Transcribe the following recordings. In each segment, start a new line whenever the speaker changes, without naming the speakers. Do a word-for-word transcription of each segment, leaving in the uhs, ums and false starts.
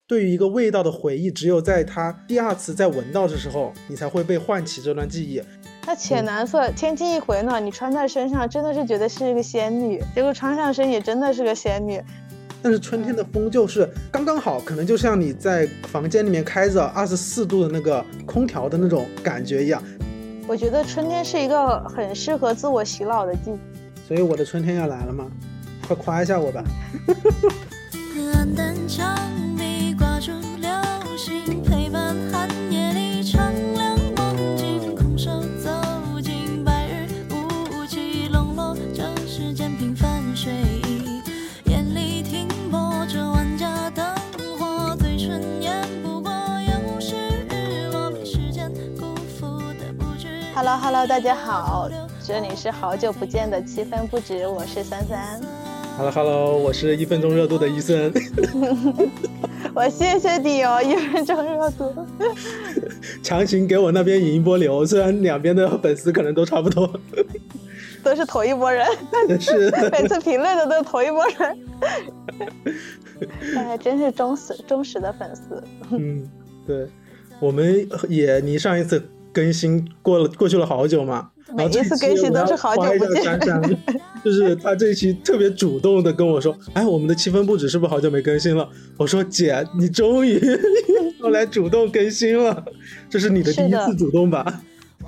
对于一个味道的回忆，只有在它第二次再闻到的时候，你才会被唤起这段记忆。
那浅蓝色、嗯、天气一回暖，你穿在身上真的是觉得是一个仙女，结果穿上身也真的是个仙女。
但是春天的风就是刚刚好，可能就像你在房间里面开着二十四度的那个空调的那种感觉一样。
我觉得春天是一个很适合自我洗脑的季节，
所以我的春天要来了吗？快夸一下我吧。
暗淡墙壁挂住流星，陪伴寒夜里长凉梦境，空手走进白日雾气笼络这世间平凡睡意，眼里停泊着万家灯火，最纯眼不过又是日落，被时间辜负的不知。
Hello Hello 大家好，这里是好久不见的七分不止，我是三三。
Hello Hello 我是一分钟热度的医生。
我谢谢你哦，一分钟热度。
强行给我那边引一波流，虽然两边的粉丝可能都差不多，
都是同一波人，
是
每次评论的都是同一波人。哎，真是忠实忠实的粉丝。
嗯，对，我们也离上一次更新过了过去了好久嘛，
每一次更新都是好久不见。
珊珊就是他这一期特别主动的跟我说，哎，我们的七分不止是不是好久没更新了？我说姐，你终于又来主动更新了，这是你的第一次主动吧？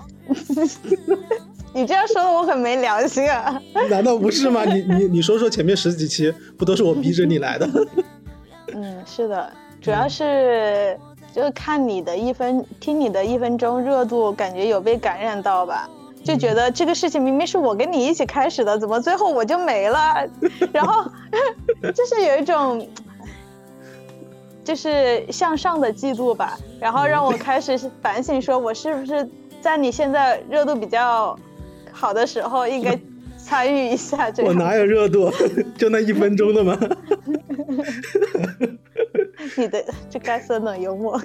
你这样说的我很没良心啊。
难道不是吗？你你你说说前面十几期不都是我逼着你来的？
嗯，是的，主要是就是看你的一分听你的一分钟热度，感觉有被感染到吧，就觉得这个事情明明是我跟你一起开始的，怎么最后我就没了？然后就是有一种就是向上的嫉妒吧，然后让我开始反省，说我是不是在你现在热度比较好的时候应该参与一下这个。
我哪有热度？就那一分钟的吗？
你的这该色冷幽默。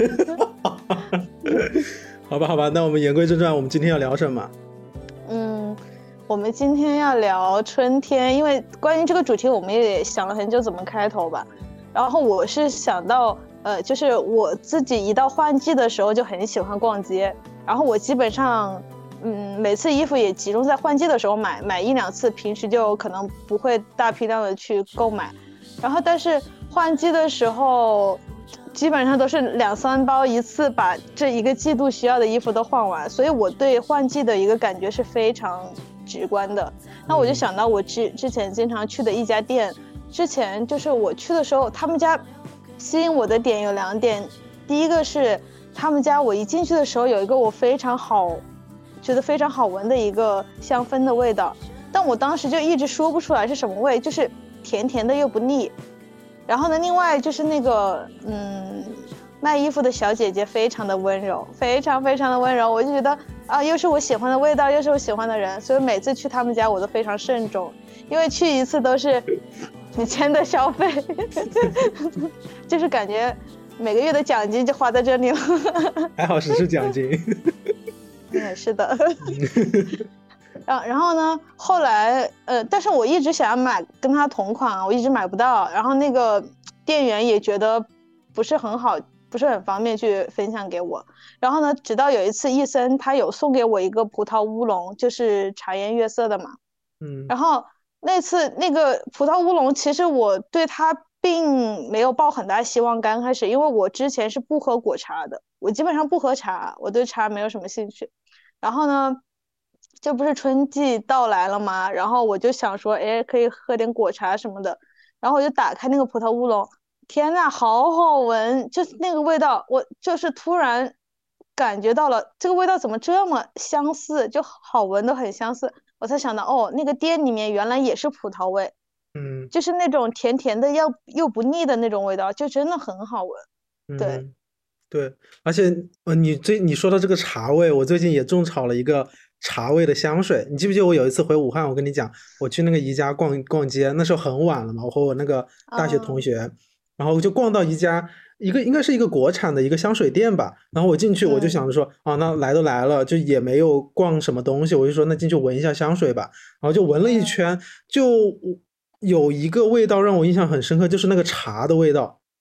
好吧好吧，那我们言归正传，我们今天要聊什么？
嗯，我们今天要聊春天，因为关于这个主题我们也想了很久怎么开头吧。然后我是想到呃，就是我自己一到换季的时候就很喜欢逛街，然后我基本上嗯，每次衣服也集中在换季的时候买买一两次，平时就可能不会大批量的去购买。然后但是换季的时候基本上都是两三包一次把这一个季度需要的衣服都换完，所以我对换季的一个感觉是非常直观的。那我就想到我之之前经常去的一家店，之前就是我去的时候，他们家吸引我的点有两点。第一个是他们家我一进去的时候有一个我非常好觉得非常好闻的一个香氛的味道，但我当时就一直说不出来是什么味，就是甜甜的又不腻。然后呢，另外就是那个嗯，卖衣服的小姐姐非常的温柔，非常非常的温柔，我就觉得啊，又是我喜欢的味道，又是我喜欢的人，所以每次去他们家我都非常慎重，因为去一次都是几千的消费。就是感觉每个月的奖金就花在这里了。
还好只是奖金。
嗯，是的。然后然后呢，后来呃，但是我一直想要买跟他同款，我一直买不到，然后那个店员也觉得不是很好，不是很方便去分享给我。然后呢，直到有一次医生他有送给我一个葡萄乌龙，就是茶颜悦色的嘛。
嗯，
然后那次那个葡萄乌龙，其实我对它并没有抱很大希望，刚开始，因为我之前是不喝果茶的，我基本上不喝茶，我对茶没有什么兴趣。然后呢，这不是春季到来了吗？然后我就想说，哎，可以喝点果茶什么的。然后我就打开那个葡萄乌龙，天呐，好好闻！就是那个味道，我就是突然感觉到了这个味道怎么这么相似，就好闻都很相似。我才想到，哦，那个店里面原来也是葡萄味，
嗯，
就是那种甜甜的又又不腻的那种味道，就真的很好闻。对。
嗯，对，而且呃，你最你说到这个茶味，我最近也种草了一个茶味的香水。你记不记得我有一次回武汉，我跟你讲，我去那个宜家逛逛街，那时候很晚了嘛，我和我那个大学同学，嗯、然后就逛到宜家一个应该是一个国产的一个香水店吧。然后我进去，我就想着说，嗯、啊，那来都来了，就也没有逛什么东西，我就说那进去闻一下香水吧。然后就闻了一圈，就有一个味道让我印象很深刻，就是那个茶的味道。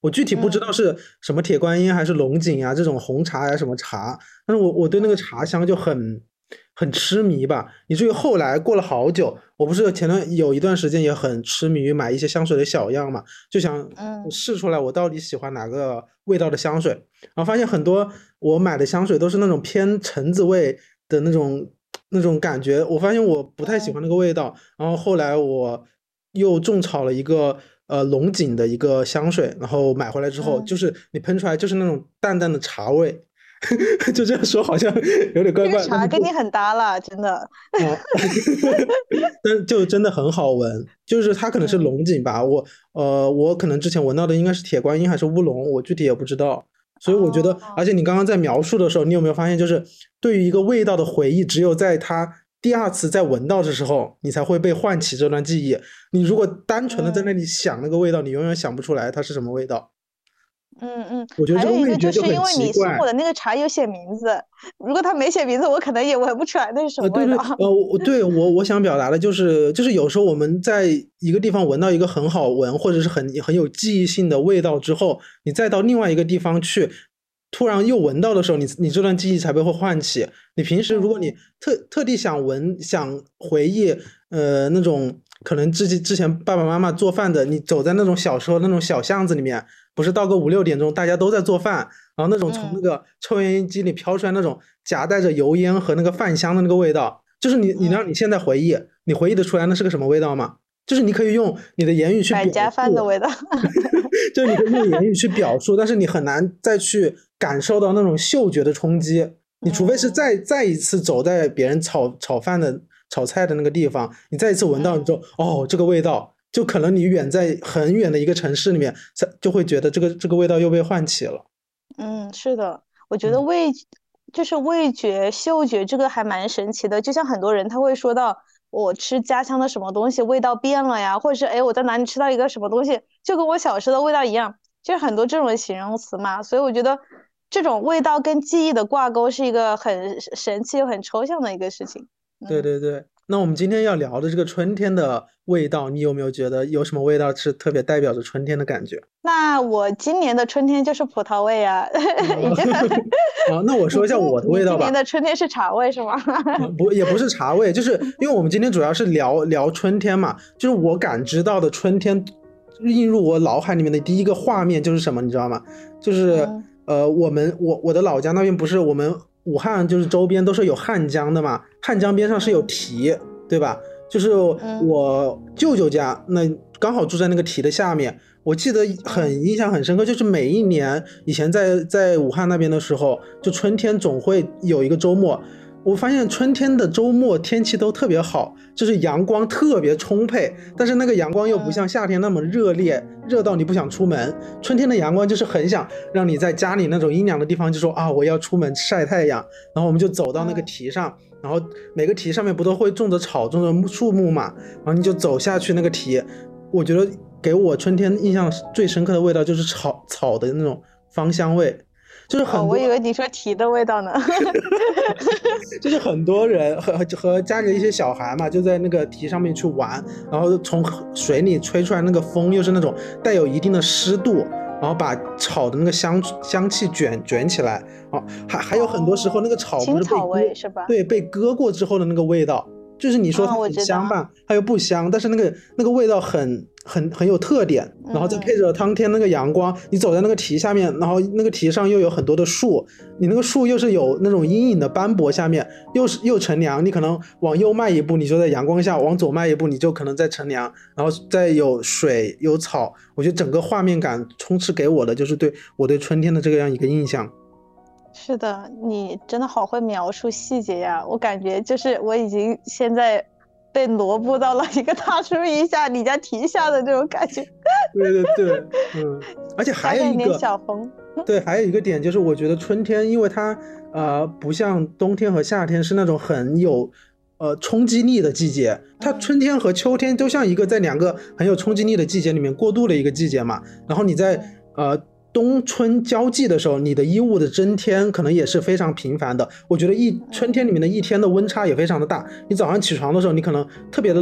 我具体不知道是什么铁观音还是龙井啊，这种红茶呀什么茶，但是我我对那个茶香就很很痴迷吧，以至于后来过了好久，我不是前段有一段时间也很痴迷于买一些香水的小样嘛，就想试出来我到底喜欢哪个味道的香水，然后发现很多我买的香水都是那种偏橙子味的那种那种感觉，我发现我不太喜欢那个味道，然后后来我又种草了一个呃龙井的一个香水，然后买回来之后，
嗯
就是你喷出来就是那种淡淡的茶味。就这样说好像有点怪怪，
这个茶跟你很搭了，真的。
啊，但就真的很好闻，就是它可能是龙井吧，我呃我可能之前闻到的应该是铁观音还是乌龙，我具体也不知道。所以我觉得，
哦
而且你刚刚在描述的时候，你有没有发现，就是对于一个味道的回忆，只有在它第二次再闻到的时候，你才会被唤起这段记忆。你如果单纯的在那里想那个味道，你永远想不出来它是什么味道。
嗯嗯，
我觉得这个
还有一
味觉就很
个就是因为
奇怪。
你送我的那个茶有写名字，如果他没写名字，我可能也闻不出来那是什
呃，对对，
么味道。
呃，我对我我想表达的就是，就是有时候我们在一个地方闻到一个很好闻或者是很很有记忆性的味道之后，你再到另外一个地方去，突然又闻到的时候，你你这段记忆才被会唤起。你平时如果你
嗯
特特地想闻想回忆，呃，那种可能之之前爸爸妈妈做饭的，你走在那种小时候那种小巷子里面，不是到个五六点钟大家都在做饭。然后那种从那
嗯
个抽烟机里飘出来那种夹带着油烟和那个饭香的那个味道，就是你你让你现在回忆，你回忆得出来那是个什么味道吗？就是你可以用你的言语去表
百家饭的
述，
味道。
就是你可以用言语去表述，但是你很难再去感受到那种嗅觉的冲击。你除非是
嗯
再再一次走在别人炒炒饭的炒菜的那个地方，你再一次闻到，你就哦这个味道，就可能你远在很远的一个城市里面，才就会觉得这个这个味道又被唤起了。
嗯，是的，我觉得
嗯
味就是味觉、嗅觉这个还蛮神奇的。就像很多人他会说到我吃家乡的什么东西味道变了呀，或者是哎我在哪里吃到一个什么东西就跟我小时候的味道一样，就是很多这种形容词嘛。所以我觉得这种味道跟记忆的挂钩是一个很神奇又很抽象的一个事情。嗯。
对对对，那我们今天要聊的这个春天的味道，你有没有觉得有什么味道是特别代表着春天的感觉？
那我今年的春天就是葡萄味啊，已经很。
啊，那我说一下我的
你
味道吧。
今年的春天是茶味是吗？
啊，不，也不是茶味，就是因为我们今天主要是聊聊春天嘛，就是我感知到的春天映入我脑海里面的第一个画面就是什么，你知道吗？就是
嗯
呃，我们我我的老家那边不是我们武汉就是周边都是有汉江的嘛，汉江边上是有堤，对吧？就是
嗯
我舅舅家那刚好住在那个堤的下面，我记得很印象很深刻，就是每一年以前在在武汉那边的时候，就春天总会有一个周末，我发现春天的周末天气都特别好，就是阳光特别充沛，但是那个阳光又不像夏天那么热烈，热到你不想出门。春天的阳光就是很想让你在家里那种阴凉的地方就说啊我要出门晒太阳，然后我们就走到那个堤上，然后每个堤上面不都会种着草种着树木嘛，然后你就走下去那个堤，我觉得给我春天印象最深刻的味道就是草草的那种芳香味，就是很
哦，
多、
我以为你说提的味道呢。
就是很多人和和家里的一些小孩嘛，就在那个堤上面去玩，然后从水里吹出来那个风又是那种带有一定的湿度，然后把草的那个香香气卷卷起来，啊，还还有很多时候那个草不是被
青草味
割
是吧？
对，被割过之后的那个味道，就是你说它很
啊我知道
香吧，它又不香，但是那个那个味道很很很有特点，然后再
嗯
配着当天那个阳光，你走在那个堤下面，然后那个堤上又有很多的树，你那个树又是有那种阴影的斑驳下面，又是又乘凉，你可能往右迈一步，你就在阳光下；往左迈一步，你就可能在乘凉，然后再有水有草，我觉得整个画面感充斥给我的就是对我对春天的这个样一个印象。
是的，你真的好会描述细节呀！我感觉就是我已经现在被挪步到了一个大树荫下，你家堤下的这种感觉。
对对对，嗯，而且还有
加上点
一个
小风。
对，还有一个点就是，我觉得春天，因为它呃不像冬天和夏天是那种很有呃冲击力的季节，它春天和秋天都像一个在两个很有冲击力的季节里面过渡的一个季节嘛。然后你在呃冬春交际的时候，你的衣物的增添可能也是非常频繁的。我觉得一春天里面的一天的温差也非常的大，你早上起床的时候，你可能特别的冷，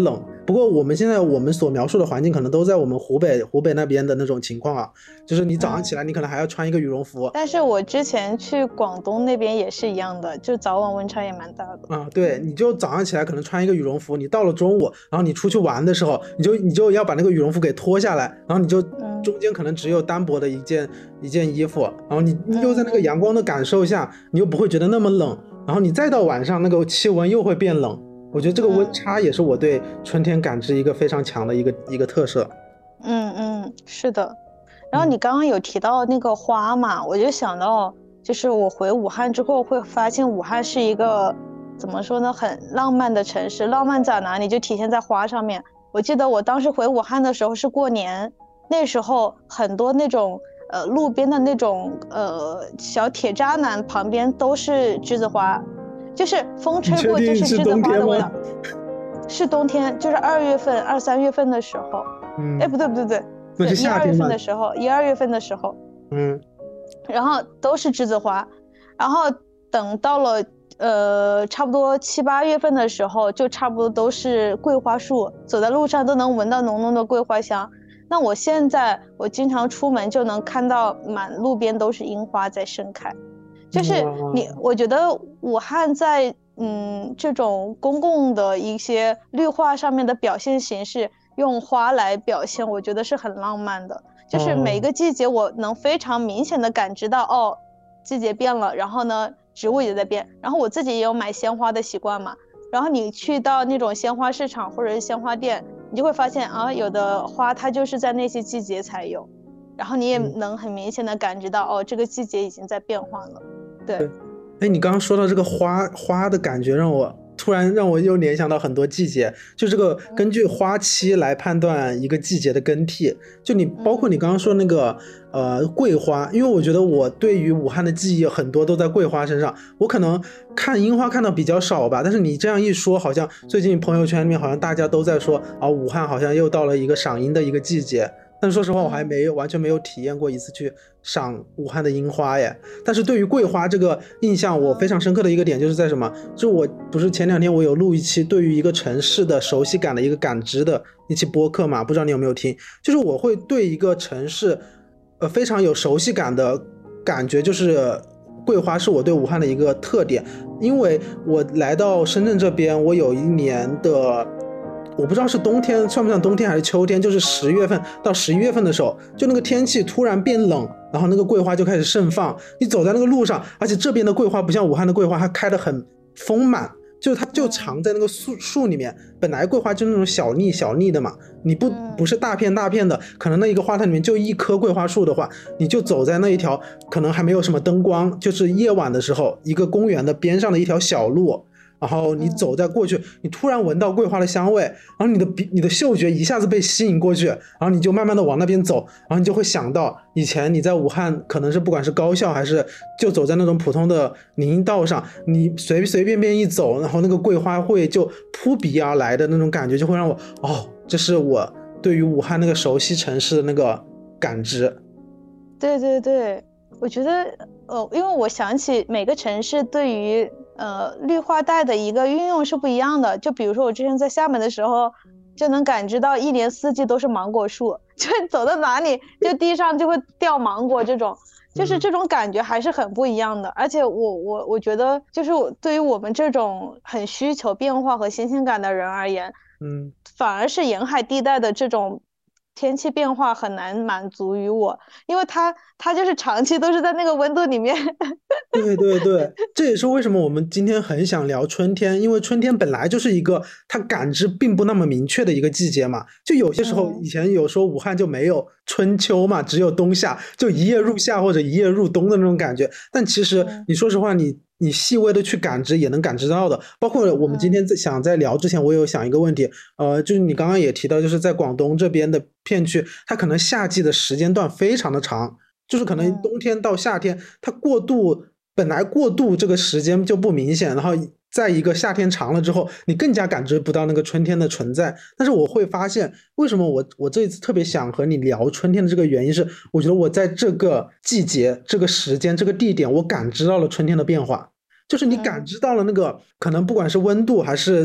不过我们现在我们所描述的环境可能都在我们湖北湖北那边的那种情况啊，就是你早上起来你可能还要穿一个羽绒服。
但是我之前去广东那边也是一样的，就早晚温差也蛮大的。
啊，对，你就早上起来可能穿一个羽绒服，你到了中午，然后你出去玩的时候，你就你就要把那个羽绒服给脱下来，然后你就中间可能只有单薄的一件一件衣服，然后你你又在那个阳光的感受下，你又不会觉得那么冷，然后你再到晚上那个气温又会变冷。我觉得这个温差也是我对春天感知一个非常强的一个一个特色。
嗯嗯，是的。然后你刚刚有提到那个花嘛，我就想到，就是我回武汉之后会发现武汉是一个怎么说呢，很浪漫的城市。浪漫在哪里？就体现在花上面。我记得我当时回武汉的时候是过年，那时候很多那种呃路边的那种呃小铁栅栏旁边都是栀子花。就是风吹过就是栀子花的味道。是冬天，就是二月份、二三月份的时候。嗯，哎，不对不对不对，
那是夏天
一二月份的时候，一二月份的时候。
嗯，
然后都是栀子花，然后等到了呃差不多七八月份的时候，就差不多都是桂花树，走在路上都能闻到浓浓的桂花香。那我现在我经常出门就能看到满路边都是樱花在盛开。就是你，我觉得武汉在嗯这种公共的一些绿化上面的表现形式，用花来表现，我觉得是很浪漫的。就是每个季节，我能非常明显的感知到，哦，季节变了，然后呢，植物也在变。然后我自己也有买鲜花的习惯嘛。然后你去到那种鲜花市场或者是鲜花店，你就会发现啊，有的花它就是在那些季节才有，然后你也能很明显的感知到，哦，这个季节已经在变换了。对，
哎，你刚刚说到这个花花的感觉，让我突然让我又联想到很多季节，就这个根据花期来判断一个季节的更替。就你包括你刚刚说那个呃桂花，因为我觉得我对于武汉的记忆很多都在桂花身上，我可能看樱花看到比较少吧，但是你这样一说，好像最近朋友圈里面好像大家都在说啊，武汉好像又到了一个赏樱的一个季节。但是说实话，我还没有完全没有体验过一次去赏武汉的樱花耶。但是对于桂花这个印象，我非常深刻的一个点就是在什么？就我不是前两天我有录一期对于一个城市的熟悉感的一个感知的一期播客嘛，不知道你有没有听？就是我会对一个城市，呃，非常有熟悉感的感觉，就是桂花是我对武汉的一个特点。因为我来到深圳这边，我有一年的。我不知道是冬天算不算冬天还是秋天，就是十月份到十一月份的时候，就那个天气突然变冷，然后那个桂花就开始盛放。你走在那个路上，而且这边的桂花不像武汉的桂花，它开得很丰满，就它就藏在那个树树里面。本来桂花就那种小粒小粒的嘛，你不不是大片大片的，可能那一个花坛里面就一棵桂花树的话，你就走在那一条可能还没有什么灯光，就是夜晚的时候，一个公园的边上的一条小路。然后你走在过去，你突然闻到桂花的香味，然后你的鼻、你的嗅觉一下子被吸引过去，然后你就慢慢的往那边走，然后你就会想到以前你在武汉，可能是不管是高校还是就走在那种普通的林荫道上，你随随便便一走，然后那个桂花会就扑鼻而来的那种感觉，就会让我哦，这是我对于武汉那个熟悉城市的那个感知。
对对对，我觉得呃，因为我想起每个城市对于呃绿化带的一个运用是不一样的。就比如说我之前在厦门的时候，就能感知到一年四季都是芒果树，就走到哪里就地上就会掉芒果，这种就是这种感觉还是很不一样的。而且我我我觉得就是对于我们这种很需求变化和新鲜感的人而言，
嗯，
反而是沿海地带的这种天气变化很难满足于我，因为它它就是长期都是在那个温度里面。
对对对，这也是为什么我们今天很想聊春天，因为春天本来就是一个它感知并不那么明确的一个季节嘛。就有些时候，以前有说武汉就没有春秋嘛，只有冬夏，就一夜入夏或者一夜入冬的那种感觉。但其实你说实话，你你细微的去感知也能感知到的。包括我们今天想在聊之前，我有想一个问题，呃，就是你刚刚也提到，就是在广东这边的片区，它可能夏季的时间段非常的长，就是可能冬天到夏天，它过渡本来过渡这个时间就不明显，然后在一个夏天长了之后，你更加感知不到那个春天的存在。但是我会发现，为什么我我这一次特别想和你聊春天的这个原因是，我觉得我在这个季节、这个时间、这个地点，我感知到了春天的变化。就是你感知到了那个可能不管是温度还是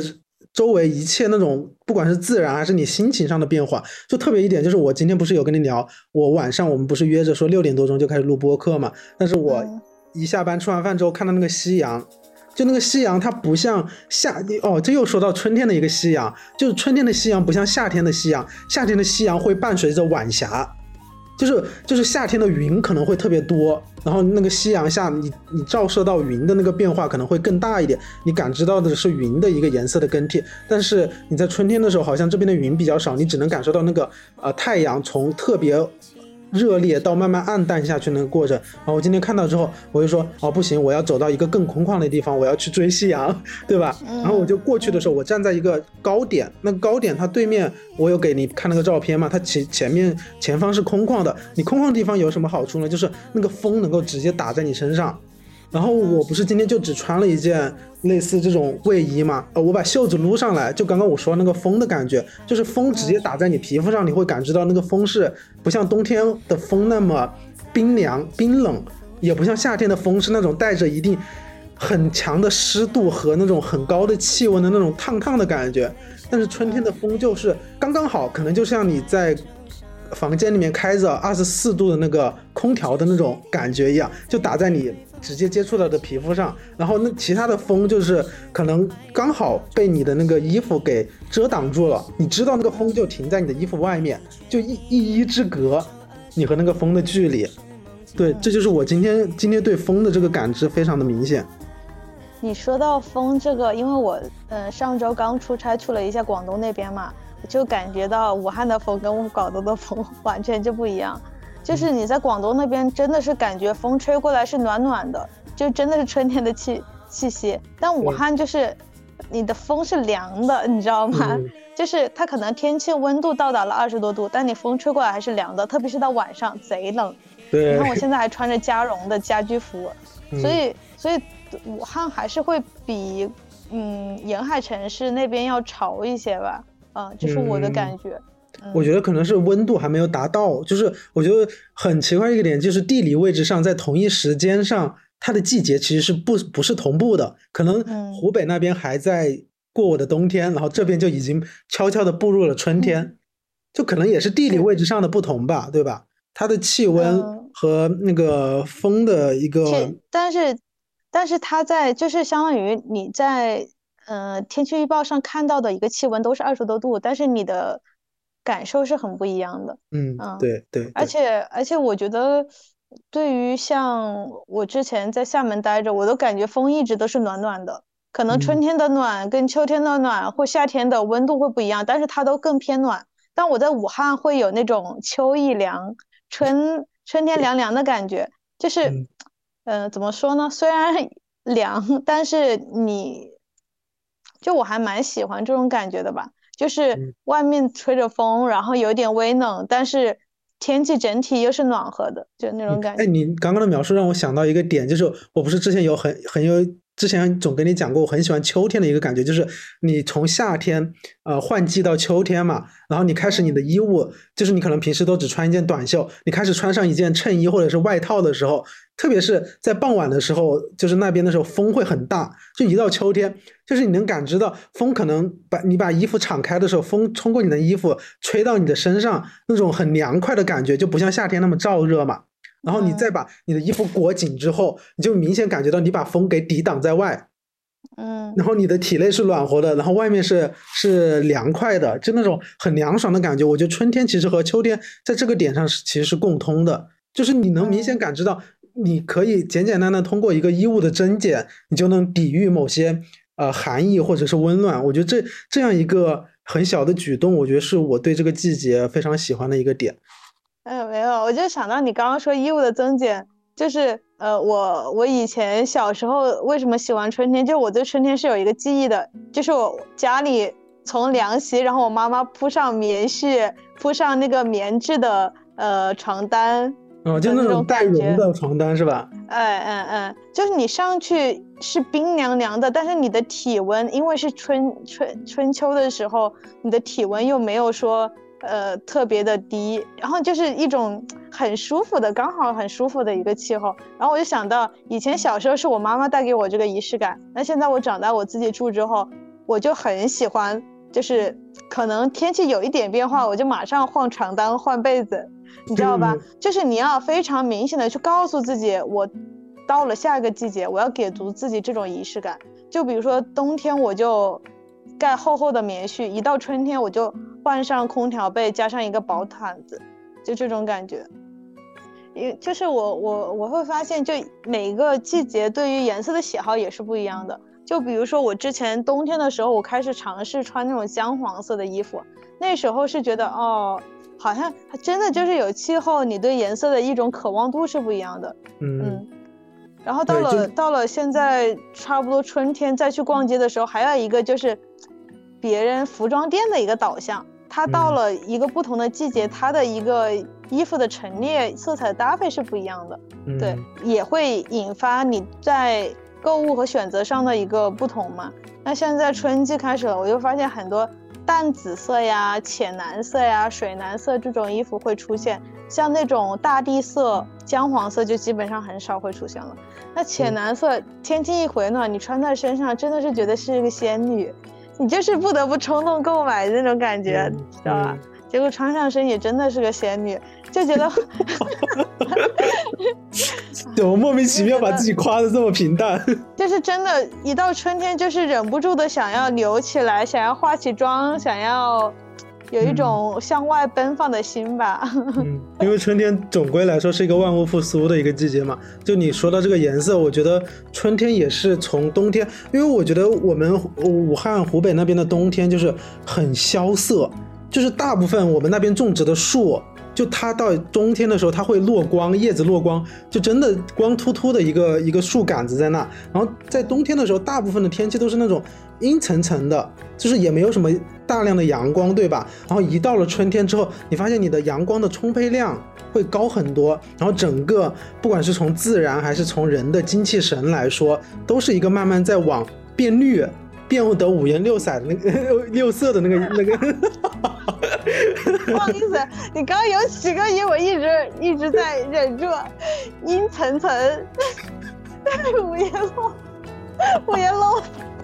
周围一切那种不管是自然还是你心情上的变化。就特别一点就是我今天不是有跟你聊，我晚上我们不是约着说六点多钟就开始录播客嘛，但是我一下班吃完饭之后看到那个夕阳，就那个夕阳它不像夏哦，这又说到春天的一个夕阳，就是春天的夕阳不像夏天的夕阳，夏天的夕阳会伴随着晚霞，就是就是夏天的云可能会特别多，然后那个夕阳下你你照射到云的那个变化可能会更大一点，你感知到的是云的一个颜色的更替。但是你在春天的时候好像这边的云比较少，你只能感受到那个呃太阳从特别热烈到慢慢暗淡下去那个过程。然后我今天看到之后我就说哦不行，我要走到一个更空旷的地方，我要去追夕阳，对吧？然后我就过去的时候我站在一个高点，那个高点它对面我有给你看那个照片嘛，它前前面前方是空旷的，你空旷地方有什么好处呢？就是那个风能够直接打在你身上。然后我不是今天就只穿了一件类似这种卫衣嘛，呃，我把袖子撸上来，就刚刚我说那个风的感觉，就是风直接打在你皮肤上，你会感知到那个风是不像冬天的风那么冰凉冰冷，也不像夏天的风是那种带着一定很强的湿度和那种很高的气温的那种烫烫的感觉。但是春天的风就是刚刚好，可能就像你在房间里面开着二十四度的那个空调的那种感觉一样，就打在你直接接触到的皮肤上。然后那其他的风就是可能刚好被你的那个衣服给遮挡住了，你知道那个风就停在你的衣服外面，就一一衣之隔，你和那个风的距离。对，这就是我今天今天对风的这个感知非常的明显。
你说到风这个，因为我呃上周刚出差去了一下广东那边嘛，就感觉到武汉的风跟我广东的风完全就不一样。就是你在广东那边真的是感觉风吹过来是暖暖的，就真的是春天的气气息。但武汉就是你的风是凉的，你知道吗？嗯、就是它可能天气温度到达了二十多度，但你风吹过来还是凉的，特别是到晚上贼冷。
对，
你看我现在还穿着加绒的家居服，嗯、所以所以武汉还是会比嗯沿海城市那边要潮一些吧。啊、嗯，这是我的感觉。
嗯、我觉得可能是温度还没有达到，就是我觉得很奇怪一个点，就是地理位置上在同一时间上，它的季节其实是不不是同步的。可能湖北那边还在过我的冬天，嗯、然后这边就已经悄悄的步入了春天，嗯、就可能也是地理位置上的不同吧，对吧？它的气温和那个风的一个，
嗯、但是但是它在就是相当于你在。呃，天气预报上看到的一个气温都是二十多度，但是你的感受是很不一样的。
嗯，嗯对 对, 对。
而且而且我觉得，对于像我之前在厦门待着，我都感觉风一直都是暖暖的。可能春天的暖跟秋天的暖或夏天的温度会不一样，但是它都更偏暖。但我在武汉会有那种秋意凉、春春天凉凉的感觉，就是，嗯、呃，怎么说呢？虽然凉，但是你。就我还蛮喜欢这种感觉的吧，就是外面吹着风，然后有点微冷，但是天气整体又是暖和的，就那种感觉。
哎，你刚刚的描述让我想到一个点，就是我不是之前有很很有之前总跟你讲过，我很喜欢秋天的一个感觉，就是你从夏天呃换季到秋天嘛，然后你开始你的衣物，就是你可能平时都只穿一件短袖，你开始穿上一件衬衣或者是外套的时候，特别是在傍晚的时候，就是那边的时候风会很大，就一到秋天，就是你能感知到风可能把你把衣服敞开的时候，风冲过你的衣服吹到你的身上，那种很凉快的感觉，就不像夏天那么燥热嘛。然后你再把你的衣服裹紧之后，你就明显感觉到你把风给抵挡在外，
嗯，
然后你的体内是暖和的，然后外面是是凉快的，就那种很凉爽的感觉。我觉得春天其实和秋天在这个点上是其实是共通的，就是你能明显感知到，你可以简简单单通过一个衣物的增减，你就能抵御某些呃寒意或者是温暖。我觉得这这样一个很小的举动，我觉得是我对这个季节非常喜欢的一个点。
哎，没有，我就想到你刚刚说衣物的增减，就是呃，我我以前小时候为什么喜欢春天，就是我对春天是有一个记忆的，就是我家里从凉席，然后我妈妈铺上棉絮，铺上那个棉质的呃床单，
哦，就那种带绒的床单是吧？
哎哎哎，就是你上去是冰凉凉的，但是你的体温，因为是春春春秋的时候，你的体温又没有说。呃，特别的低，然后就是一种很舒服的，刚好很舒服的一个气候。然后我就想到，以前小时候是我妈妈带给我这个仪式感，那现在我长大我自己住之后， 我就很喜欢，就是可能天气有一点变化，我就马上换床单换被子，你知道吧？
嗯
就是你要非常明显的去告诉自己，我到了下一个季节，我要给足自己这种仪式感。就比如说冬天我就盖厚厚的棉絮，一到春天我就换上空调被加上一个薄毯子，就这种感觉。因就是我我我会发现，就每个季节对于颜色的喜好也是不一样的。就比如说我之前冬天的时候，我开始尝试穿那种姜黄色的衣服，那时候是觉得哦，好像真的就是有气候，你对颜色的一种渴望度是不一样的。
嗯
嗯，然后到
对就
了到了现在差不多春天再去逛街的时候，还有一个就是别人服装店的一个导向，它到
嗯
了一个不同的季节，它的一个衣服的陈列、色彩的搭配是不一样的。
嗯
对，也会引发你在购物和选择上的一个不同嘛。那现在春季开始了，我就发现很多淡紫色呀、浅蓝色呀、水蓝色这种衣服会出现，像那种大地色、姜黄色就基本上很少会出现了。那浅蓝色，天气一回暖，你穿在身上真的是觉得是一个仙女，你就是不得不冲动购买的那种感觉，
嗯
知道吧？结果穿上身也真的是个仙女，就觉得
对，我莫名其妙把自己夸得这么平淡。
就是真的，一到春天就是忍不住的想要留起来，想要化起妆，想要有一种向外奔放的心吧。
嗯，因为春天总归来说是一个万物复苏的一个季节嘛。就你说到这个颜色，我觉得春天也是从冬天，因为我觉得我们武汉、湖北那边的冬天就是很萧瑟，就是大部分我们那边种植的树，就它到冬天的时候它会落光，叶子落光，就真的光秃秃的一个一个树杆子在那。然后在冬天的时候，大部分的天气都是那种阴沉沉的，就是也没有什么大量的阳光，对吧？然后一到了春天之后，你发现你的阳光的充沛量会高很多，然后整个不管是从自然还是从人的精气神来说，都是一个慢慢在往变绿、变得五颜六色的那个六色的那个那个。
不好意思，你刚刚有几个音，我一直一直在忍住，阴沉沉，五颜六，五颜六，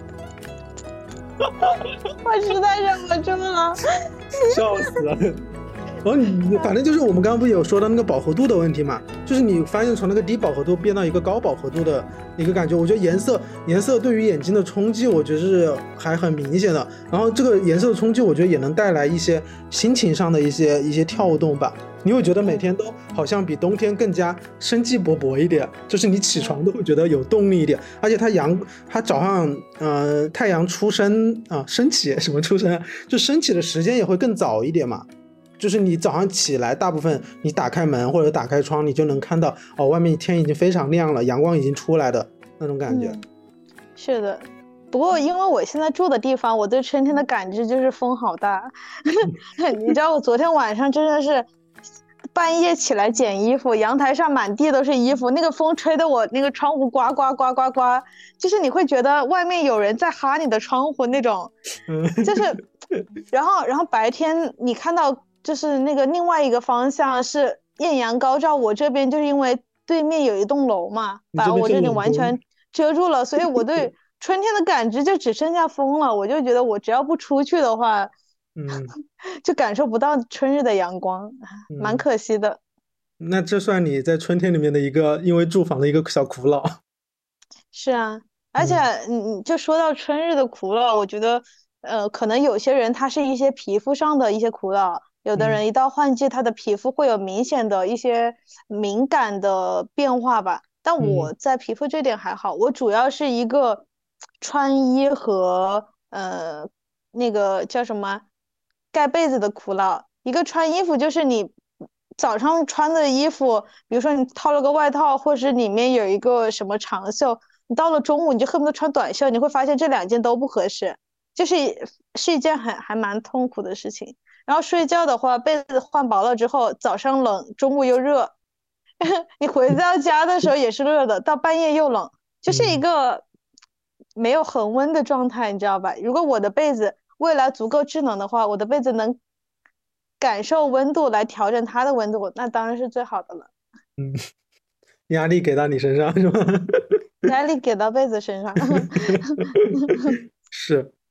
我实在忍不住了，
笑死了。然后你反正就是我们刚刚不有说到那个饱和度的问题嘛，就是你发现从那个低饱和度变到一个高饱和度的一个感觉，我觉得颜色颜色对于眼睛的冲击，我觉得是还很明显的。然后这个颜色的冲击，我觉得也能带来一些心情上的一些一些跳动吧。你会觉得每天都好像比冬天更加生机勃勃一点，就是你起床都会觉得有动力一点，而且它阳它早上呃太阳出生啊、呃、升起什么出生，就升起的时间也会更早一点嘛。就是你早上起来，大部分你打开门或者打开窗，你就能看到哦，外面天已经非常亮了，阳光已经出来的那种感觉。
嗯、是的，不过因为我现在住的地方，我对春天的感知就是风好大。你知道我昨天晚上真的是半夜起来捡衣服，阳台上满地都是衣服，那个风吹得我那个窗户呱呱呱呱呱，就是你会觉得外面有人在哈你的窗户那种，就是，然后然后白天你看到。就是那个另外一个方向是艳阳高照，我这边就是因为对面有一栋楼嘛，把我这里完全遮住了，所以我对春天的感知就只剩下风了。我就觉得我只要不出去的话，
嗯，
就感受不到春日的阳光，嗯、蛮可惜的。
那这算你在春天里面的一个因为住房的一个小苦恼。
是啊，而且你就说到春日的苦恼，我觉得呃，可能有些人他是一些皮肤上的一些苦恼。有的人一到换季，他的皮肤会有明显的一些敏感的变化吧，但我在皮肤这点还好，我主要是一个穿衣和呃那个叫什么盖被子的苦恼。一个穿衣服就是你早上穿的衣服，比如说你套了个外套，或是里面有一个什么长袖，你到了中午你就恨不得穿短袖，你会发现这两件都不合适，就是是一件很还蛮痛苦的事情。然后睡觉的话，被子换薄了之后，早上冷，中午又热，你回到家的时候也是热的，到半夜又冷，就是一个没有恒温的状态，你知道吧？如果我的被子未来足够智能的话，我的被子能感受温度来调整它的温度，那当然是最好的了。
嗯，压力给到你身上是吧？
压力给到被子身上。
是。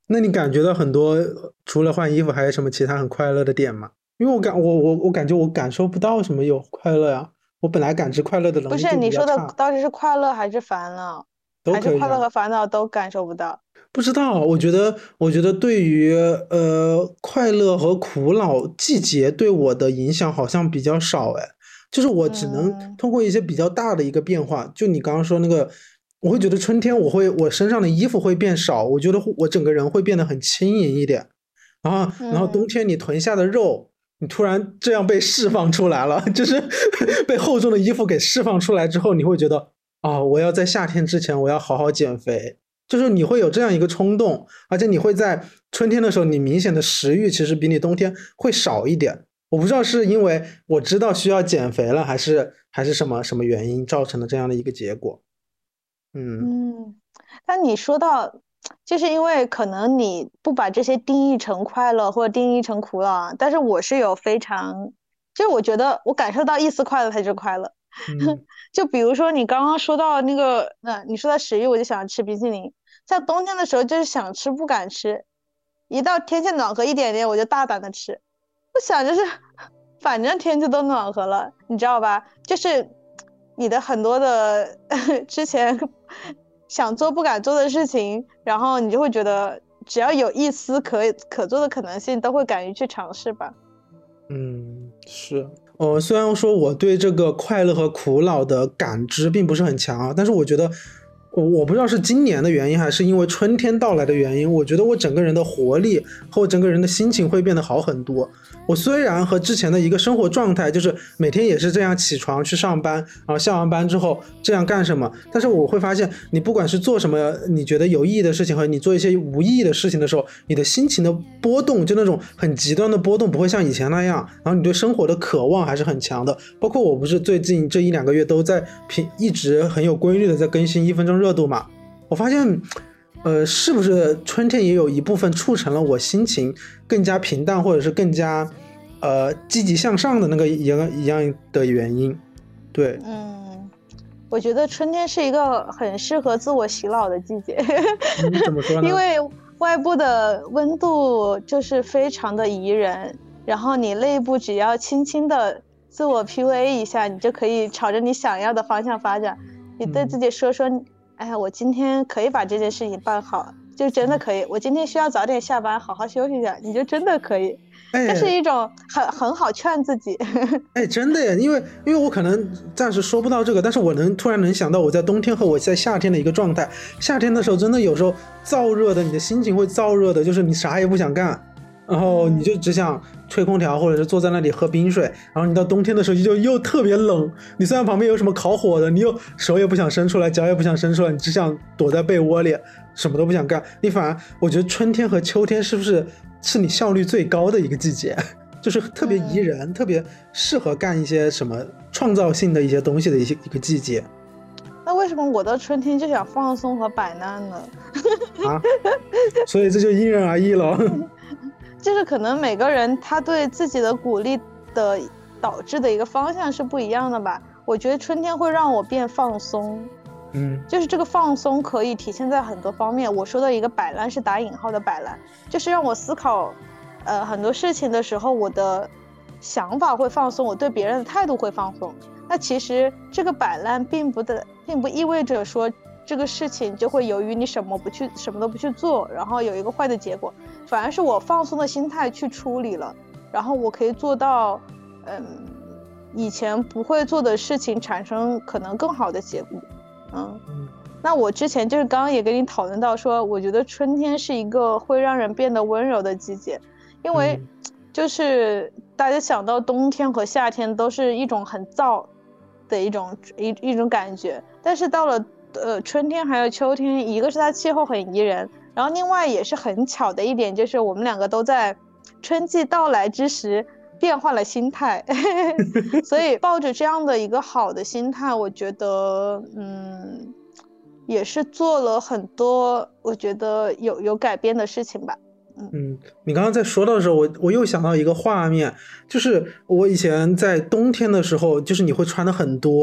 那你感觉到很多除了换衣服还有什么其他很快乐的点吗？因为我感我我我感觉我感受不到什么有快乐呀，我本来感知快乐的能
不
力就
是你说的
比较差。
到底是快乐还是烦恼，
都
还是快乐
可以啊。
和烦恼都感受不到？
不知道，我觉得，我觉得对于呃快乐和苦恼季节对我的影响好像比较少哎，就是我只能
嗯
通过一些比较大的一个变化，就你刚刚说那个，我会觉得春天我会我身上的衣服会变少，我觉得我整个人会变得很轻盈一点，然后然后冬
嗯
天你囤下的肉。你突然这样被释放出来了，就是被厚重的衣服给释放出来之后，你会觉得啊、我要在夏天之前我要好好减肥，就是你会有这样一个冲动，而且你会在春天的时候，你明显的食欲其实比你冬天会少一点。我不知道是因为我知道需要减肥了，还是还是什么什么原因造成的这样的一个结果。嗯
嗯，但你说到，就是因为可能你不把这些定义成快乐或者定义成苦恼啊，但是我是有非常，就是我觉得我感受到一丝快乐才是快乐。
嗯
就比如说你刚刚说到那个，那、你说到食欲，我就想吃冰淇淋。在冬天的时候，就是想吃不敢吃，一到天气暖和一点点，我就大胆的吃。我想就是，反正天气都暖和了，你知道吧？就是你的很多的之前想做不敢做的事情，然后你就会觉得只要有一丝可以可做的可能性，都会敢于去尝试吧。
嗯，是。呃，虽然说我对这个快乐和苦恼的感知并不是很强啊，但是我觉得，我我不知道是今年的原因，还是因为春天到来的原因，我觉得我整个人的活力和我整个人的心情会变得好很多。我虽然和之前的一个生活状态，就是每天也是这样起床去上班，然后下完班之后这样干什么，但是我会发现，你不管是做什么你觉得有意义的事情，和你做一些无意义的事情的时候，你的心情的波动，就那种很极端的波动，不会像以前那样，然后你对生活的渴望还是很强的。包括我不是最近这一两个月都在平一直很有规律的在更新一分钟热度嘛，我发现呃，是不是春天也有一部分促成了我心情更加平淡，或者是更加呃积极向上的那个一样一样的原因？对，
嗯，我觉得春天是一个很适合自我洗脑的季节，
嗯，怎么说呢？
因为外部的温度就是非常的宜人，然后你内部只要轻轻的自我 P U A 一下，你就可以朝着你想要的方向发展。你对自己说说，哎呀，我今天可以把这件事情办好，就真的可以。我今天需要早点下班，好好休息一下，你就真的可以。
哎，
这是一种很很好劝自己。
哎，真的耶，因为因为我可能暂时说不到这个，但是我能突然能想到我在冬天和我在夏天的一个状态。夏天的时候真的有时候燥热的，你的心情会燥热的，就是你啥也不想干，然后你就只想吹空调，或者是坐在那里喝冰水。然后你到冬天的时候就又特别冷，你虽然旁边有什么烤火的，你又手也不想伸出来，脚也不想伸出来，你只想躲在被窝里，什么都不想干。你反而我觉得春天和秋天是不是是你效率最高的一个季节？就是特别宜人、嗯、特别适合干一些什么创造性的一些东西的一些一个季节。
那为什么我到春天就想放松和摆烂呢？
啊，所以这就因人而异了。
就是可能每个人他对自己的鼓励的导致的一个方向是不一样的吧。我觉得春天会让我变放松，
嗯，
就是这个放松可以体现在很多方面。我说的一个摆烂是打引号的摆烂，就是让我思考呃很多事情的时候，我的想法会放松，我对别人的态度会放松。那其实这个摆烂并不的并不意味着说这个事情就会由于你什么不去什么都不去做，然后有一个坏的结果，反而是我放松的心态去处理了，然后我可以做到嗯以前不会做的事情产生可能更好的结果。嗯，那我之前就是刚刚也跟你讨论到说，我觉得春天是一个会让人变得温柔的季节，因为就是大家想到冬天和夏天都是一种很燥的一种一一种感觉，但是到了呃春天还有秋天，一个是它气候很宜人，然后另外也是很巧的一点就是我们两个都在春季到来之时变换了心态。所以抱着这样的一个好的心态，我觉得嗯也是做了很多我觉得有有改变的事情吧。
嗯，你刚刚在说到的时候，我我又想到一个画面，就是我以前在冬天的时候，就是你会穿的很多，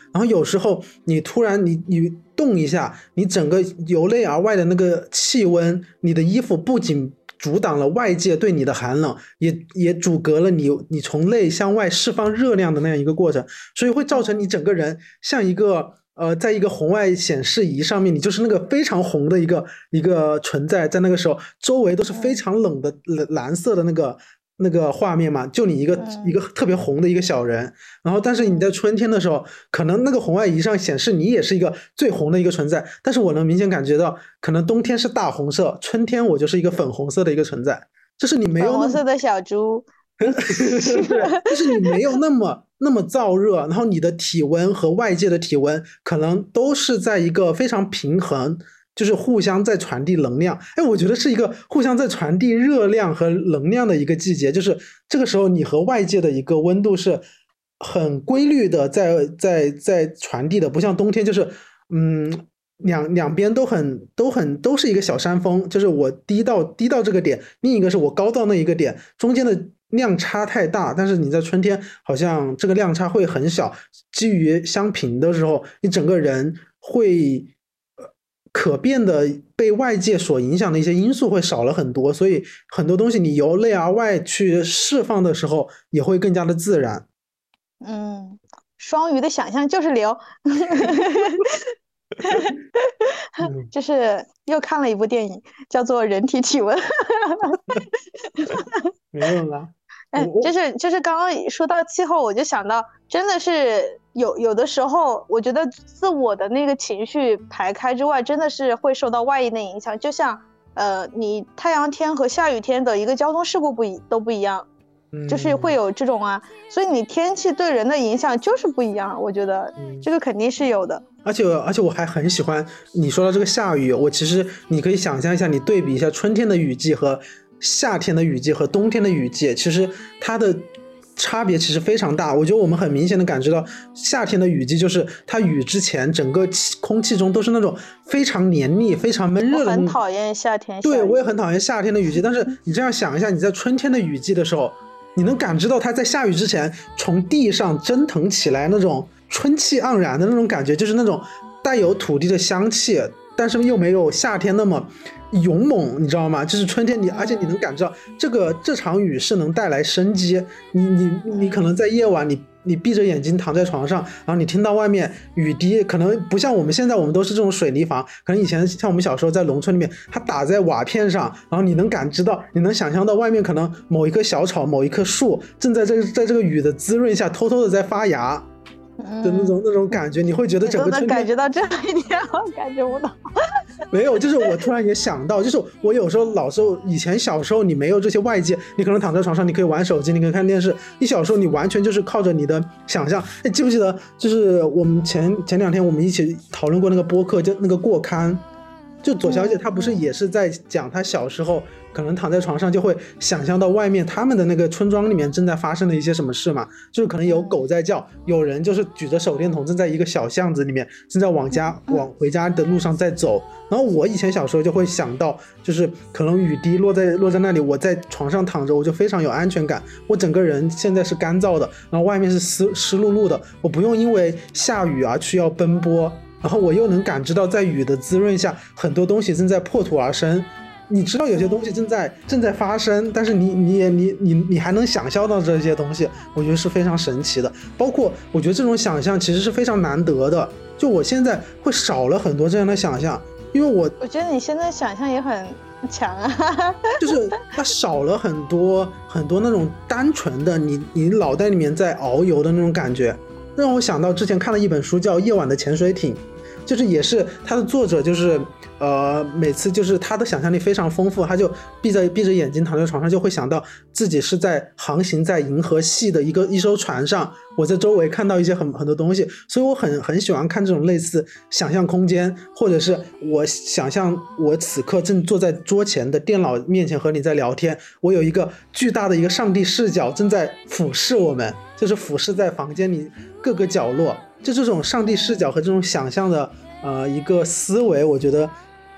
然后有时候你突然你你动一下，你整个由内而外的那个气温，你的衣服不仅阻挡了外界对你的寒冷，也也阻隔了你你从内向外释放热量的那样一个过程，所以会造成你整个人像一个呃，在一个红外显示仪上面，你就是那个非常红的一个一个存在，在那个时候周围都是非常冷的蓝色的那个那个画面嘛，就你一个、嗯、一个特别红的一个小人，然后但是你在春天的时候，可能那个红外仪上显示你也是一个最红的一个存在，但是我能明显感觉到，可能冬天是大红色，春天我就是一个粉红色的一个存在，就是你没有
粉红色的小猪。
对，就是你没有那么那么燥热，然后你的体温和外界的体温可能都是在一个非常平衡，就是互相在传递能量。哎，我觉得是一个互相在传递热量和能量的一个季节，就是这个时候你和外界的一个温度是很规律的在在在传递的，不像冬天就是嗯两两边都很都很都是一个小山峰，就是我低到低到这个点，另一个是我高到那一个点，中间的量差太大，但是你在春天好像这个量差会很小，基于相平的时候，你整个人会可变的被外界所影响的一些因素会少了很多，所以很多东西你由内而外去释放的时候也会更加的自然。
嗯，双鱼的想象就是流。就是又看了一部电影叫做《人体体温》。
没有啦。
哎，就是就是刚刚说到气候，我就想到真的是有有的时候我觉得自我的那个情绪排开之外，真的是会受到外因的影响，就像呃你太阳天和下雨天的一个交通事故不一都不一样，就是会有这种啊，所以你天气对人的影响就是不一样，我觉得这个肯定是有的。
而且而且我还很喜欢你说到这个下雨，我其实你可以想象一下，你对比一下春天的雨季和夏天的雨季和冬天的雨季，其实它的差别其实非常大。我觉得我们很明显的感知到夏天的雨季就是它雨之前整个空气中都是那种非常黏腻非常闷热的。
我很讨厌夏天。
对，我也很讨厌夏天的雨季，但是你这样想一下，你在春天的雨季的时候，你能感知到它在下雨之前从地上蒸腾起来那种春气盎然的那种感觉，就是那种带有土地的香气，但是又没有夏天那么勇猛，你知道吗？就是春天你，而且你能感知到这个这场雨是能带来生机。你你你可能在夜晚，你你闭着眼睛躺在床上，然后你听到外面雨滴，可能不像我们现在，我们都是这种水泥房，可能以前像我们小时候在农村里面，它打在瓦片上，然后你能感知到，你能想象到外面可能某一棵小草、某一棵树正在这在这个雨的滋润下，偷偷的在发芽。的那种那种感觉，你会觉得整个春天，
你都能感觉到这一点，我感觉不到。
没有，就是我突然也想到，就是我有时候老时候以前小时候你没有这些外界，你可能躺在床上，你可以玩手机，你可以看电视，你小时候你完全就是靠着你的想象。哎，记不记得就是我们前前两天我们一起讨论过那个播客，就那个过刊，就左小姐她不是也是在讲她小时候可能躺在床上就会想象到外面他们的那个村庄里面正在发生的一些什么事嘛，就是可能有狗在叫，有人就是举着手电筒正在一个小巷子里面正在往家往回家的路上在走。然后我以前小时候就会想到，就是可能雨滴落在落在那里，我在床上躺着我就非常有安全感，我整个人现在是干燥的，然后外面是湿湿漉漉的，我不用因为下雨而需要奔波，然后我又能感知到在雨的滋润下很多东西正在破土而生。你知道有些东西正在正在发生，但是你你也你你你还能想象到这些东西，我觉得是非常神奇的。包括我觉得这种想象其实是非常难得的，就我现在会少了很多这样的想象，因为我
我觉得你现在想象也很强啊，
就是它少了很多很多那种单纯的你你脑袋里面在遨游的那种感觉，让我想到之前看了一本书叫《夜晚的潜水艇》，就是也是它的作者就是呃，每次就是他的想象力非常丰富，他就闭着闭着眼睛躺在床上，就会想到自己是在航行在银河系的一个一艘船上，我在周围看到一些很很多东西，所以我很很喜欢看这种类似想象空间，或者是我想象我此刻正坐在桌前的电脑面前和你在聊天，我有一个巨大的一个上帝视角正在俯视我们，就是俯视在房间里各个角落，就这种上帝视角和这种想象的呃一个思维，我觉得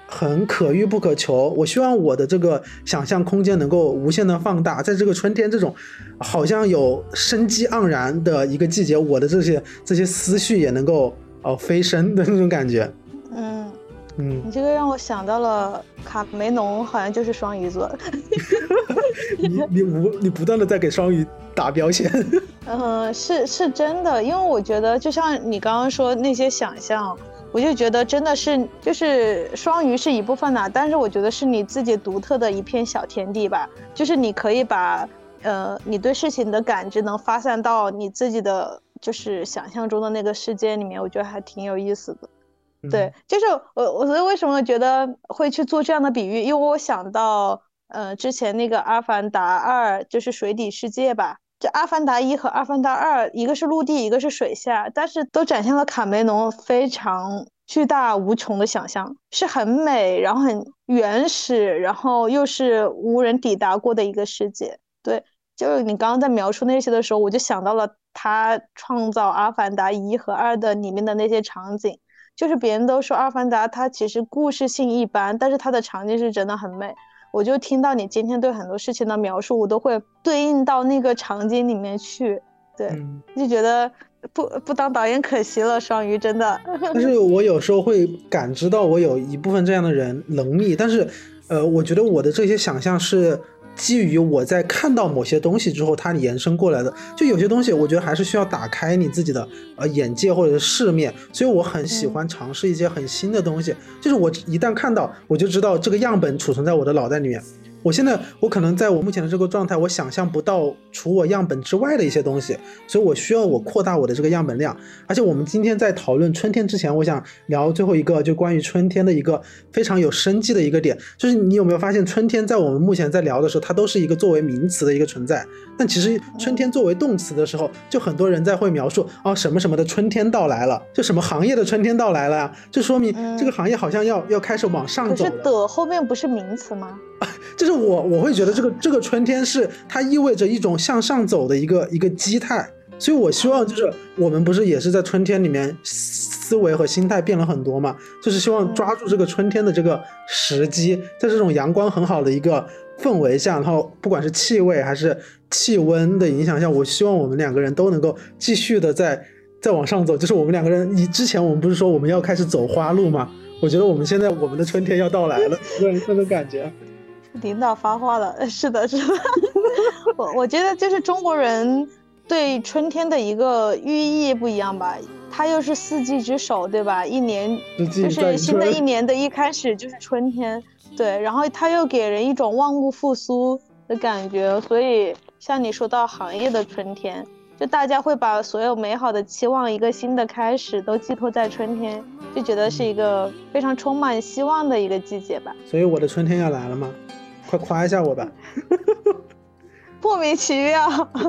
很可遇不可求，我希望我的这个想象空间能够无限的放大，在这个春天这种好像有生机盎然的一个季节，我的这些这些思绪也能够呃飞升的那种感觉。
嗯
嗯，
你这个让我想到了卡梅农，好像就是双鱼座的。
你你无你不断的在给双鱼打标签。
嗯，是是真的，因为我觉得就像你刚刚说那些想象，我就觉得真的是就是双鱼是一部分呐，但是我觉得是你自己独特的一片小天地吧，就是你可以把呃你对事情的感知能发散到你自己的就是想象中的那个世界里面，我觉得还挺有意思的。对，就是我我所以为什么觉得会去做这样的比喻，因为我想到呃之前那个《阿凡达二》就是水底世界吧，这《阿凡达一》和《阿凡达二》一个是陆地，一个是水下，但是都展现了卡梅隆非常巨大无穷的想象，是很美，然后很原始，然后又是无人抵达过的一个世界。对，就是你刚刚在描述那些的时候，我就想到了他创造《阿凡达一》和二的里面的那些场景。就是别人都说阿凡达它其实故事性一般，但是它的场景是真的很美。我就听到你今天对很多事情的描述，我都会对应到那个场景里面去。对，嗯、就觉得不不当导演可惜了，双鱼真的。
但是我有时候会感知到我有一部分这样的人能力，但是呃，我觉得我的这些想象是基于我在看到某些东西之后它延伸过来的，就有些东西我觉得还是需要打开你自己的呃眼界或者是视面，所以我很喜欢尝试一些很新的东西、嗯、就是我一旦看到我就知道这个样本储存在我的脑袋里面，我现在我可能在我目前的这个状态我想象不到除我样本之外的一些东西，所以我需要我扩大我的这个样本量。而且我们今天在讨论春天之前，我想聊最后一个就关于春天的一个非常有生机的一个点，就是你有没有发现春天在我们目前在聊的时候它都是一个作为名词的一个存在，但其实春天作为动词的时候就很多人在会描述哦什么什么的春天到来了，就什么行业的春天到来了呀，就说明这个行业好像要要开始往上走了。
可是的后面不是名词吗？
就是我我会觉得这个这个春天是它意味着一种向上走的一个一个基态，所以我希望就是我们不是也是在春天里面思维和心态变了很多嘛，就是希望抓住这个春天的这个时机，在这种阳光很好的一个氛围下，然后不管是气味还是气温的影响下，我希望我们两个人都能够继续的在再往上走。就是我们两个人，你之前我们不是说我们要开始走花路吗？我觉得我们现在我们的春天要到来了，那种感觉。
领导发话了，是的，是的。我我觉得就是中国人对春天的一个寓意不一样吧，它又是四季之首，对吧？一年就是新的一年的一开始就是春天，对，然后它又给人一种万物复苏的感觉，所以像你说到行业的春天，就大家会把所有美好的期望，一个新的开始都寄托在春天，就觉得是一个非常充满希望的一个季节吧。
所以我的春天要来了吗？快夸一下我吧。
莫名其妙。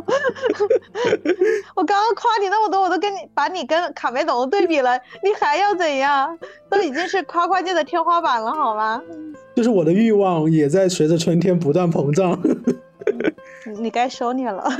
我刚刚夸你那么多，我都跟你把你跟卡梅隆对比了，你还要怎样？都已经是夸夸界的天花板了好吗？
就是我的欲望也在随着春天不断膨胀。
你该收敛了。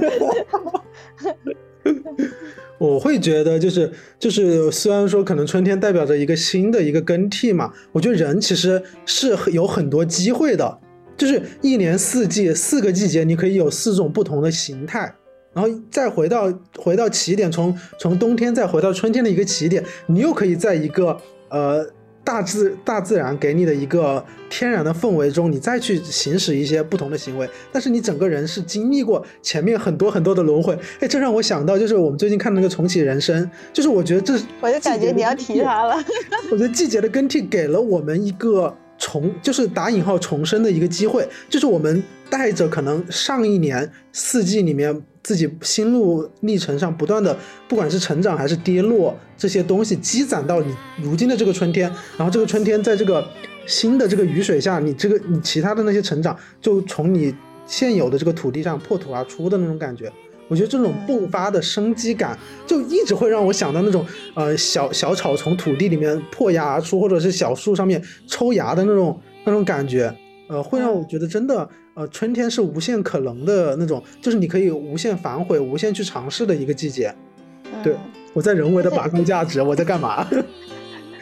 我会觉得就是就是虽然说可能春天代表着一个新的一个更替嘛，我觉得人其实是有很多机会的，就是一年四季四个季节你可以有四种不同的形态，然后再回到回到起点，从从冬天再回到春天的一个起点，你又可以在一个呃大自大自然给你的一个天然的氛围中，你再去行使一些不同的行为，但是你整个人是经历过前面很多很多的轮回。哎，这让我想到就是我们最近看的那个重启人生，就是我觉得这
我就感觉你要提他了。
我觉得季节的更替给了我们一个重就是打引号重生的一个机会，就是我们带着可能上一年四季里面自己心路历程上不断的不管是成长还是跌落这些东西积攒到你如今的这个春天，然后这个春天在这个新的这个雨水下，你这个你其他的那些成长就从你现有的这个土地上破土而出的那种感觉。我觉得这种迸发的生机感就一直会让我想到那种呃小小草从土地里面破芽而出，或者是小树上面抽芽的那种那种感觉，呃，会让我觉得真的呃春天是无限可能的那种，就是你可以无限反悔无限去尝试的一个季节。对，我在人为的拔高价值，我在干嘛？但是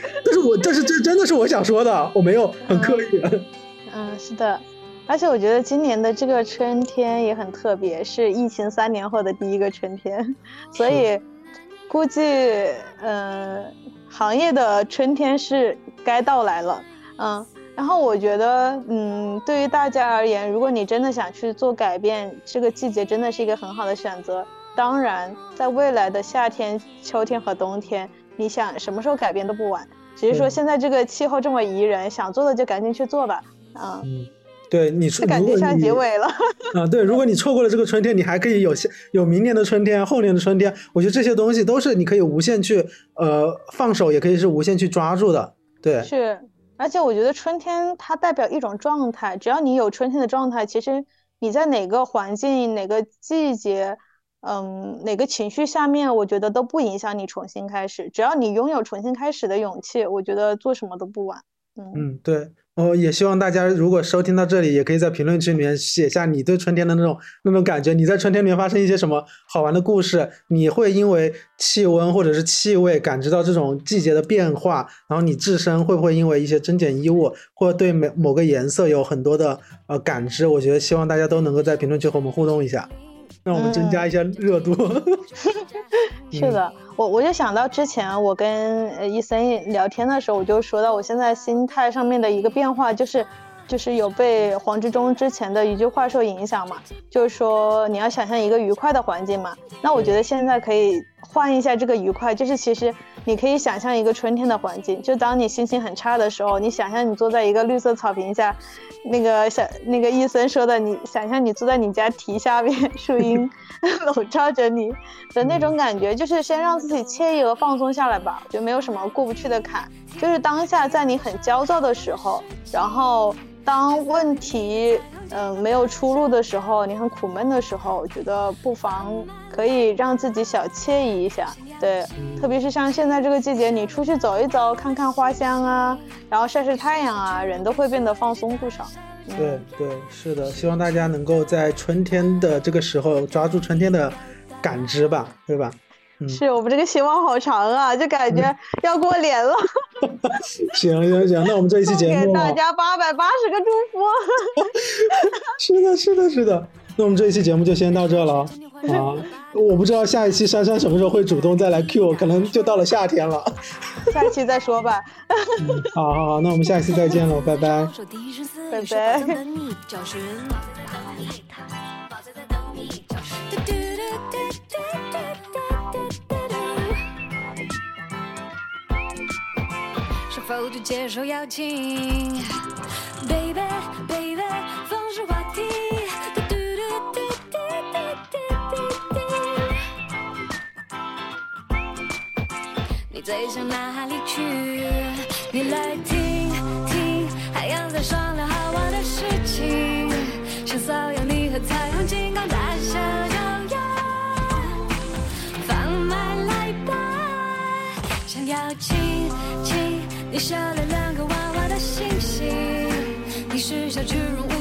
我这是这真的是我想说的，我没有很刻意。
嗯，是的。而且我觉得今年的这个春天也很特别，是疫情三年后的第一个春天，所以估计呃行业的春天是该到来了。嗯，然后我觉得嗯对于大家而言，如果你真的想去做改变，这个季节真的是一个很好的选择。当然在未来的夏天、秋天和冬天，你想什么时候改变都不晚，只是说现在这个气候这么宜人，想做的就赶紧去做吧。嗯，
嗯对你说，
感觉像结尾了
啊。对，如果你错过了这个春天，你还可以有有明年的春天、后年的春天。我觉得这些东西都是你可以无限去呃放手，也可以是无限去抓住的。对，
是，而且我觉得春天它代表一种状态，只要你有春天的状态，其实你在哪个环境、哪个季节，嗯，哪个情绪下面，我觉得都不影响你重新开始。只要你拥有重新开始的勇气，我觉得做什么都不晚。嗯
嗯，对。哦，也希望大家如果收听到这里，也可以在评论区里面写下你对春天的那种那种感觉。你在春天里面发生一些什么好玩的故事？你会因为气温或者是气味感知到这种季节的变化？然后你自身会不会因为一些增减衣物，或者对某某个颜色有很多的呃感知？我觉得希望大家都能够在评论区和我们互动一下，让我们增加一些热度。嗯
是的，我我就想到之前我跟呃伊森聊天的时候，我就说到我现在心态上面的一个变化，就是就是有被黄执中之前的一句话受影响嘛，就是说你要想象一个愉快的环境嘛。那我觉得现在可以换一下这个愉快，就是其实你可以想象一个春天的环境，就当你心情很差的时候，你想象你坐在一个绿色草坪下，那个小那个伊森说的，你想象你坐在你家堤下面，树荫笼罩着你的那种感觉，就是先让自己惬意和放松下来吧，就没有什么过不去的坎，就是当下在你很焦躁的时候，然后当问题嗯、呃、没有出路的时候，你很苦闷的时候，我觉得不妨可以让自己小惬意一下。对，特别是像现在这个季节，你出去走一走，看看花香啊，然后晒晒太阳啊，人都会变得放松不少。嗯、
对对，是的，希望大家能够在春天的这个时候抓住春天的感知吧，对吧？
嗯、是我们这个希望好长啊，就感觉要过年了。
行行行，那我们这一期节目
给大家八百八十个祝福。
是的，是的，是的。那我们这一期节目就先到这了啊！我不知道下一期珊珊什么时候会主动再来 Q 我，可能就到了夏天了。
下一期再说吧。
嗯、好好好，那我们下一期再见了，拜拜。
拜拜。
是否就接受邀请 ，baby baby， 风是话题。你最想哪里去？你来听听，海洋在商量好玩的事情，想骚扰你和彩虹金刚大小摇摇，放马来吧，想要亲亲。你少了两个娃娃的星星，你是小巨人。